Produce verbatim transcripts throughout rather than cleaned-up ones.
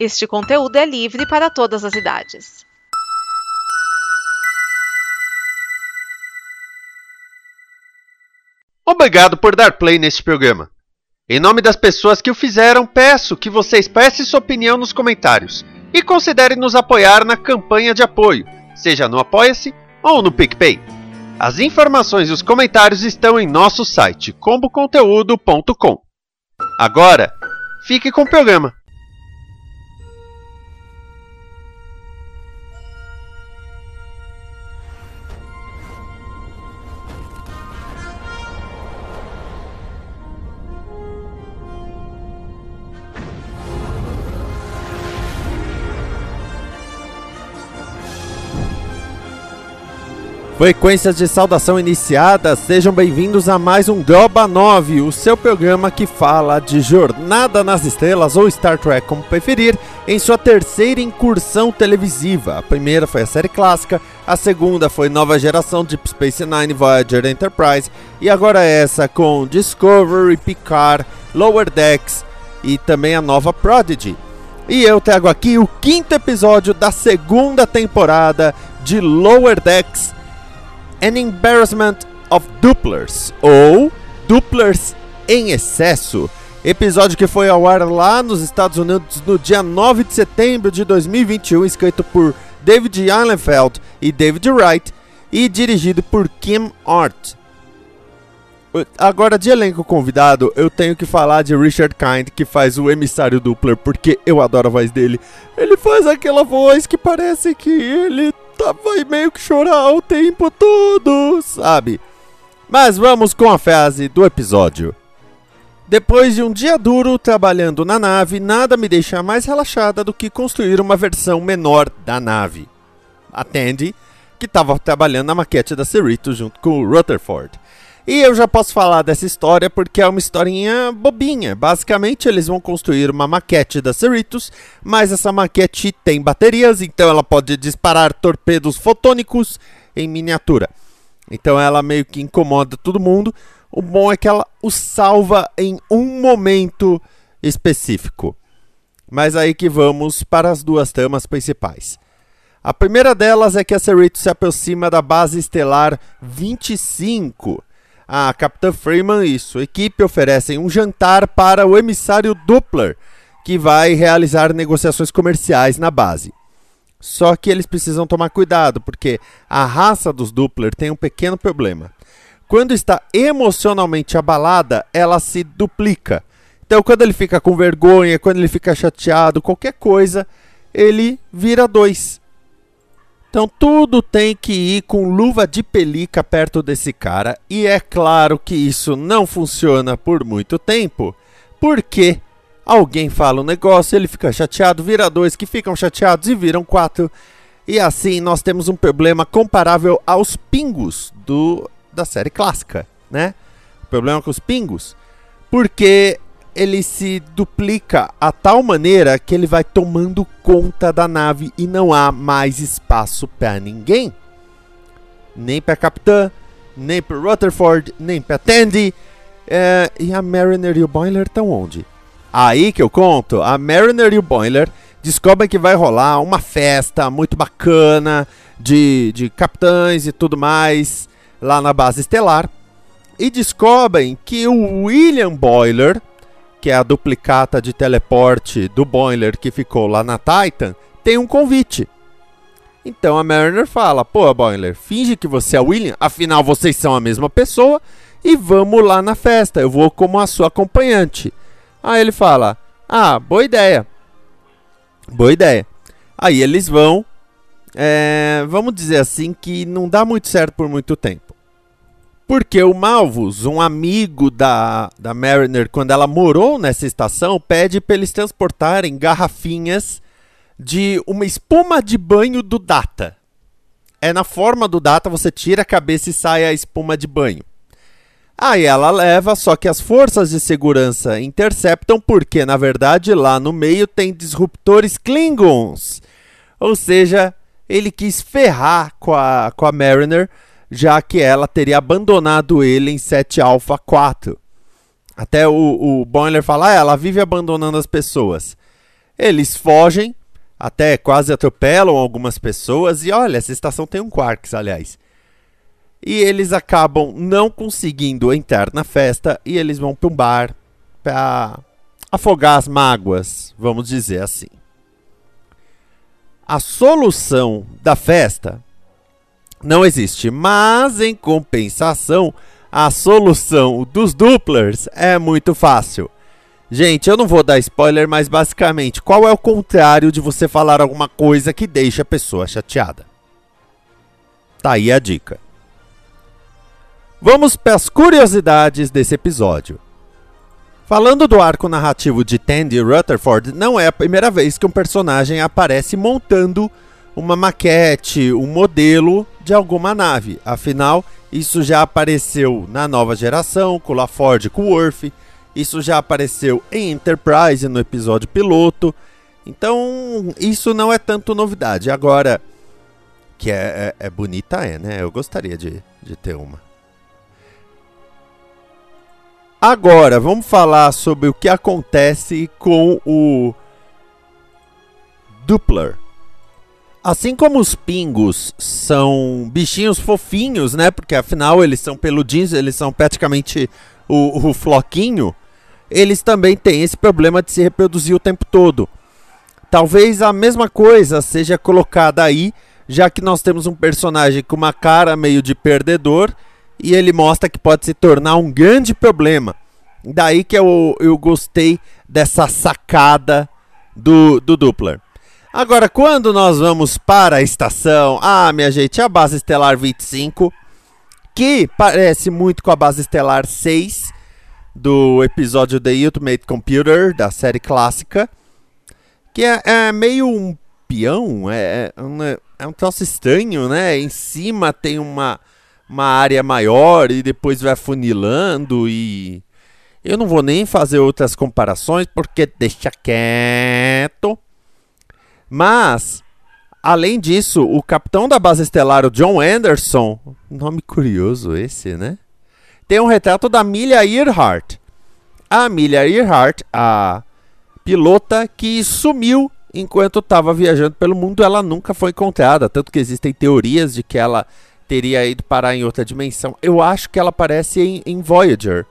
Este conteúdo é livre para todas as idades. Obrigado por dar play neste programa. Em nome das pessoas que o fizeram, peço que você expresse sua opinião nos comentários e considere nos apoiar na campanha de apoio, seja no Apoia-se ou no PicPay. As informações e os comentários estão em nosso site, combo conteúdo ponto com. Agora, fique com o programa. Frequências de saudação iniciadas, sejam bem-vindos a mais um Droba nove, o seu programa que fala de Jornada nas Estrelas ou Star Trek, como preferir, em sua terceira incursão televisiva. A primeira foi a série clássica, a segunda foi Nova Geração, Deep Space Nine, Voyager, Enterprise, e agora essa com Discovery, Picard, Lower Decks e também a nova Prodigy. E eu trago aqui o quinto episódio da segunda temporada de Lower Decks, An Embarrassment of Dupplers, ou Dupplers em Excesso, episódio que foi ao ar lá nos Estados Unidos no dia nove de setembro de dois mil e vinte e um, escrito por David Ahlenfeld e David Wright e dirigido por Kim Hart. Agora, de elenco convidado, eu tenho que falar de Richard Kind, que faz o emissário Duppler, porque eu adoro a voz dele. Ele faz aquela voz que parece que ele vai meio que chorar o tempo todo, sabe? Mas vamos com a frase do episódio. Depois de um dia duro trabalhando na nave, nada me deixa mais relaxada do que construir uma versão menor da nave. A Tandy, que estava trabalhando na maquete da Cerritos junto com o Rutherford. E eu já posso falar dessa história porque é uma historinha bobinha. Basicamente, eles vão construir uma maquete da Cerritos, mas essa maquete tem baterias, então ela pode disparar torpedos fotônicos em miniatura. Então ela meio que incomoda todo mundo. O bom é que ela o salva em um momento específico. Mas aí que vamos para as duas tramas principais. A primeira delas é que a Cerritos se aproxima da base estelar vinte e cinco. A Capitã Freeman e sua equipe oferecem um jantar para o emissário Duppler, que vai realizar negociações comerciais na base. Só que eles precisam tomar cuidado, porque a raça dos Duppler tem um pequeno problema. Quando está emocionalmente abalada, ela se duplica. Então, quando ele fica com vergonha, quando ele fica chateado, qualquer coisa, ele vira dois. Então tudo tem que ir com luva de pelica perto desse cara. E é claro que isso não funciona por muito tempo. Porque alguém fala um negócio, ele fica chateado, vira dois que ficam chateados e viram quatro. E assim nós temos um problema comparável aos pingos do, da série clássica, né? O problema com os pingos. Porque ele se duplica a tal maneira que ele vai tomando conta da nave e não há mais espaço para ninguém. Nem para a Capitã, nem para o Rutherford, nem para a Tandy. É, e a Mariner e o Boiler estão onde? Aí que eu conto, a Mariner e o Boiler descobrem que vai rolar uma festa muito bacana de, de capitães e tudo mais lá na base estelar. E descobrem que o William Boiler, que é a duplicata de teleporte do Boiler que ficou lá na Titan, tem um convite. Então a Mariner fala, pô, Boiler, finge que você é o William, afinal vocês são a mesma pessoa, e vamos lá na festa, eu vou como a sua acompanhante. Aí ele fala, ah, boa ideia. Boa ideia. Aí eles vão, é, vamos dizer assim, que não dá muito certo por muito tempo. Porque o Malvus, um amigo da, da Mariner, quando ela morou nessa estação, pede para eles transportarem garrafinhas de uma espuma de banho do Data. É na forma do Data, você tira a cabeça e sai a espuma de banho. Aí ela leva, só que as forças de segurança interceptam, porque na verdade lá no meio tem disruptores Klingons. Ou seja, ele quis ferrar com a, com a Mariner, já que ela teria abandonado ele em sete Alpha quatro. Até o, o Boiler fala, ah, ela vive abandonando as pessoas. Eles fogem, até quase atropelam algumas pessoas. E olha, essa estação tem um Quarks, aliás. E eles acabam não conseguindo entrar na festa e eles vão para um bar para afogar as mágoas, vamos dizer assim. A solução da festa não existe, mas em compensação, a solução dos Dupplers é muito fácil. Gente, eu não vou dar spoiler, mas basicamente, qual é o contrário de você falar alguma coisa que deixa a pessoa chateada? Tá aí a dica. Vamos para as curiosidades desse episódio. Falando do arco narrativo de Tandy Rutherford, não é a primeira vez que um personagem aparece montando uma maquete, um modelo de alguma nave. Afinal, isso já apareceu na nova geração, com LaForge e com Worf. Isso já apareceu em Enterprise, no episódio piloto. Então, isso não é tanto novidade. Agora, que é, é, é bonita, é, né? Eu gostaria de, de ter uma. Agora, vamos falar sobre o que acontece com o Doppler. Assim como os pingos são bichinhos fofinhos, né? Porque afinal eles são peludinhos, eles são praticamente o, o floquinho. Eles também têm esse problema de se reproduzir o tempo todo. Talvez a mesma coisa seja colocada aí, já que nós temos um personagem com uma cara meio de perdedor. E ele mostra que pode se tornar um grande problema. Daí que eu, eu gostei dessa sacada do, do Doppler. Agora, quando nós vamos para a estação... Ah, minha gente, a base estelar vinte e cinco, que parece muito com a base estelar seis do episódio The Ultimate Computer, da série clássica. Que é, é meio um peão, é, é, um, é um troço estranho, né? Em cima tem uma... uma área maior e depois vai afunilando e... Eu não vou nem fazer outras comparações porque deixa quieto. Mas, além disso, o capitão da base estelar, o John Anderson, nome curioso esse, né? Tem um retrato da Amelia Earhart. A Amelia Earhart, a pilota que sumiu enquanto estava viajando pelo mundo, ela nunca foi encontrada. Tanto que existem teorias de que ela teria ido parar em outra dimensão. Eu acho que ela aparece em, em Voyager.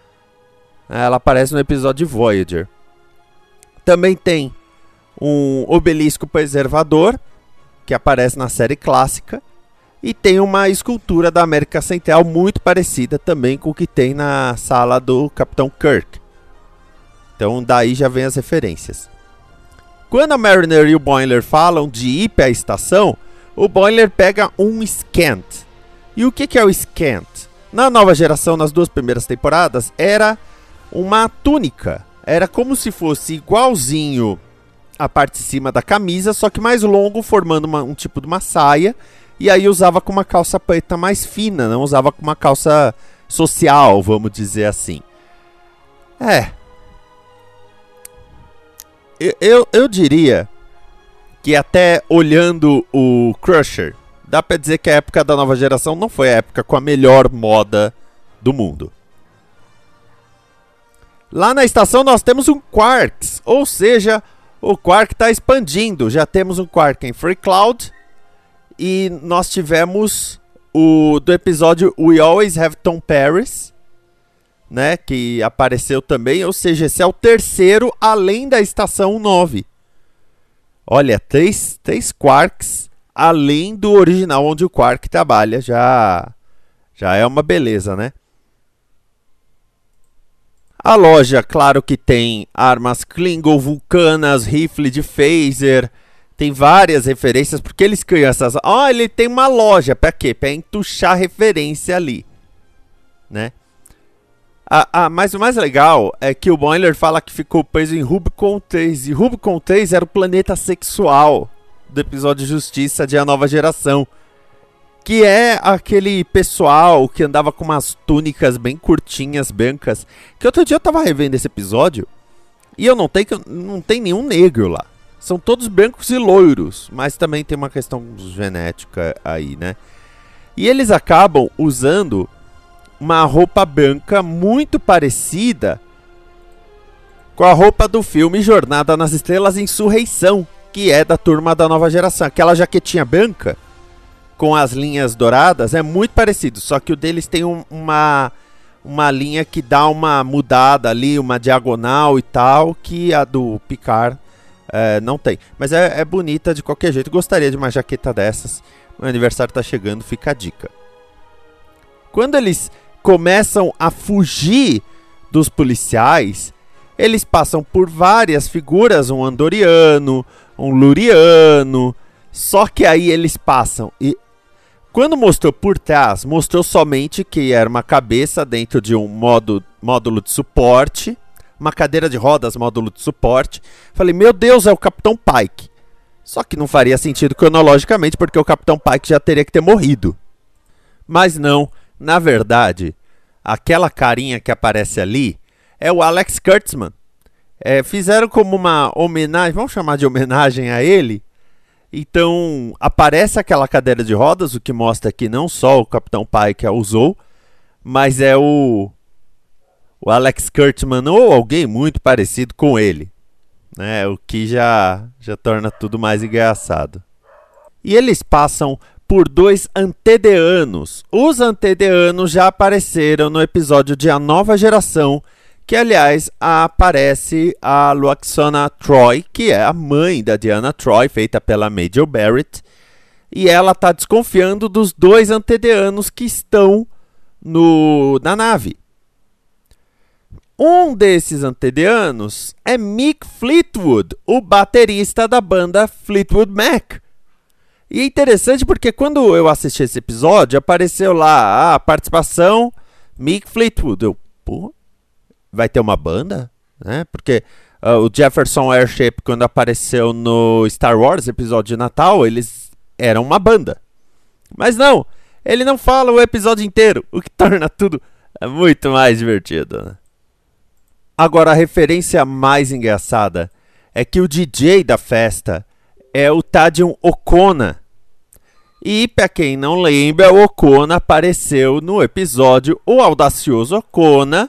Ela aparece no episódio de Voyager. Também tem um obelisco preservador, que aparece na série clássica. E tem uma escultura da América Central muito parecida também com o que tem na sala do Capitão Kirk. Então daí já vem as referências. Quando a Mariner e o Boimler falam de ir para a estação, o Boimler pega um scant. E o que, que é o scant? Na nova geração, nas duas primeiras temporadas, era uma túnica. Era como se fosse igualzinho a parte de cima da camisa, só que mais longo, formando uma, um tipo de uma saia. E aí usava com uma calça preta mais fina, não usava com uma calça social, vamos dizer assim. É. Eu, eu, eu diria que até olhando o Crusher, dá pra dizer que a época da nova geração não foi a época com a melhor moda do mundo. Lá na estação nós temos um Quarks, ou seja, o Quark está expandindo. Já temos um Quark em Free Cloud e nós tivemos o do episódio We Always Have Tom Paris, né, que apareceu também, ou seja, esse é o terceiro além da estação nove. Olha, três, três Quarks além do original onde o Quark trabalha, já, já é uma beleza, né? A loja, claro que tem armas Klingon, vulcanas, rifle de phaser, tem várias referências, porque eles criam essas... Ah, ele tem uma loja, pra quê? Pra entuchar referência ali, né? Ah, ah, mas o mais legal é que o Boimler fala que ficou preso em Rubicon três, e Rubicon três era o planeta sexual do episódio Justiça de A Nova Geração, que é aquele pessoal que andava com umas túnicas bem curtinhas, brancas. Que outro dia eu tava revendo esse episódio e eu notei que não tem nenhum negro lá. São todos brancos e loiros, mas também tem uma questão genética aí, né? E eles acabam usando uma roupa branca muito parecida com a roupa do filme Jornada nas Estrelas Insurreição, que é da turma da nova geração. Aquela jaquetinha branca com as linhas douradas é muito parecido, só que o deles tem um, uma, uma linha que dá uma mudada ali, uma diagonal e tal, que a do Picard é, não tem. Mas é, é bonita de qualquer jeito, gostaria de uma jaqueta dessas. Meu aniversário tá chegando, fica a dica. Quando eles começam a fugir dos policiais, eles passam por várias figuras, um andoriano, um luriano, só que aí eles passam e quando mostrou por trás, mostrou somente que era uma cabeça dentro de um modo, módulo de suporte, uma cadeira de rodas, módulo de suporte. Falei, meu Deus, é o Capitão Pike. Só que não faria sentido cronologicamente, porque o Capitão Pike já teria que ter morrido. Mas não, na verdade, aquela carinha que aparece ali é o Alex Kurtzman. É, fizeram como uma homenagem, vamos chamar de homenagem a ele. Então, aparece aquela cadeira de rodas, o que mostra que não só o Capitão Pike a usou, mas é o, o Alex Kurtzman ou alguém muito parecido com ele, né? O que já, já torna tudo mais engraçado. E eles passam por dois antedeanos. Os antedeanos já apareceram no episódio de A Nova Geração, que, aliás, aparece a Lwaxana Troy, que é a mãe da Deanna Troy, feita pela Majel Barrett. E ela está desconfiando dos dois antedeanos que estão no, na nave. Um desses antedeanos é Mick Fleetwood, o baterista da banda Fleetwood Mac. E é interessante porque quando eu assisti esse episódio, apareceu lá a participação Mick Fleetwood. Eu, pô... vai ter uma banda, né? Porque uh, o Jefferson Airship, quando apareceu no Star Wars, episódio de Natal, eles eram uma banda. Mas não, ele não fala o episódio inteiro, o que torna tudo muito mais divertido, né? Agora, a referência mais engraçada é que o D J da festa é o Tadion Okona. E, para quem não lembra, o Okona apareceu no episódio O Audacioso Okona,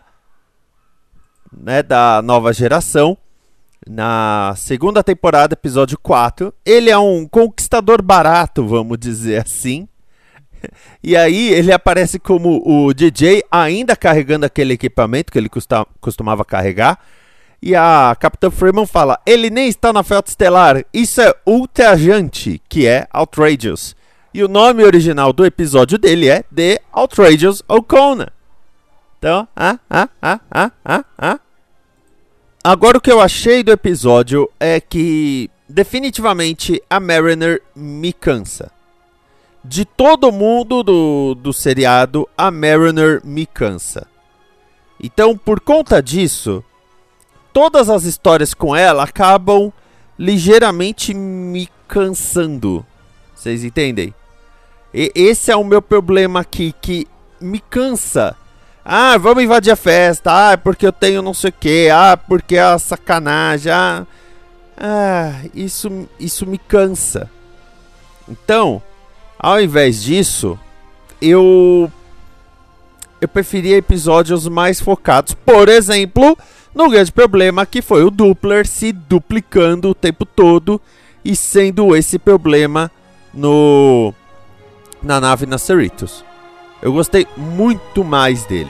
né, da nova geração, na segunda temporada, episódio quatro. Ele é um conquistador barato, vamos dizer assim. E aí ele aparece como o D J, ainda carregando aquele equipamento que ele custa, costumava carregar. E a Capitã Freeman fala, ele nem está na Frota Estelar, isso é ultrajante, que é Outrageous. E o nome original do episódio dele é The Outrageous Okona. Então, ah, ah, ah, ah, ah, ah. Agora o que eu achei do episódio é que definitivamente a Mariner me cansa. De todo mundo do, do seriado, a Mariner me cansa. Então, por conta disso, todas as histórias com ela acabam ligeiramente me cansando. Vocês entendem? E esse é o meu problema aqui, que me cansa. Ah, vamos invadir a festa. Ah, porque eu tenho não sei o que. Ah, porque é a sacanagem. Ah, ah isso, isso me cansa. Então, ao invés disso, eu eu preferia episódios mais focados. Por exemplo, no grande problema que foi o Doppler se duplicando o tempo todo e sendo esse problema no na nave na Cerritos. Eu gostei muito mais dele.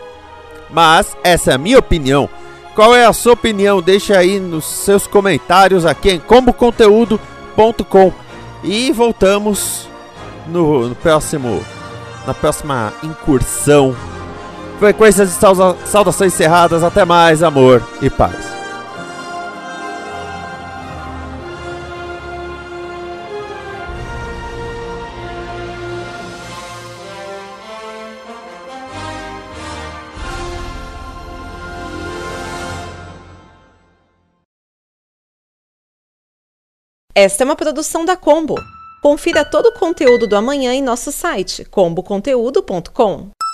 Mas essa é a minha opinião. Qual é a sua opinião? Deixa aí nos seus comentários aqui em combo conteúdo ponto com. E voltamos no, no próximo, na próxima incursão. Frequências de sauda, saudações encerradas. Até mais, amor e paz. Esta é uma produção da Combo. Confira todo o conteúdo do amanhã em nosso site combo conteúdo ponto com.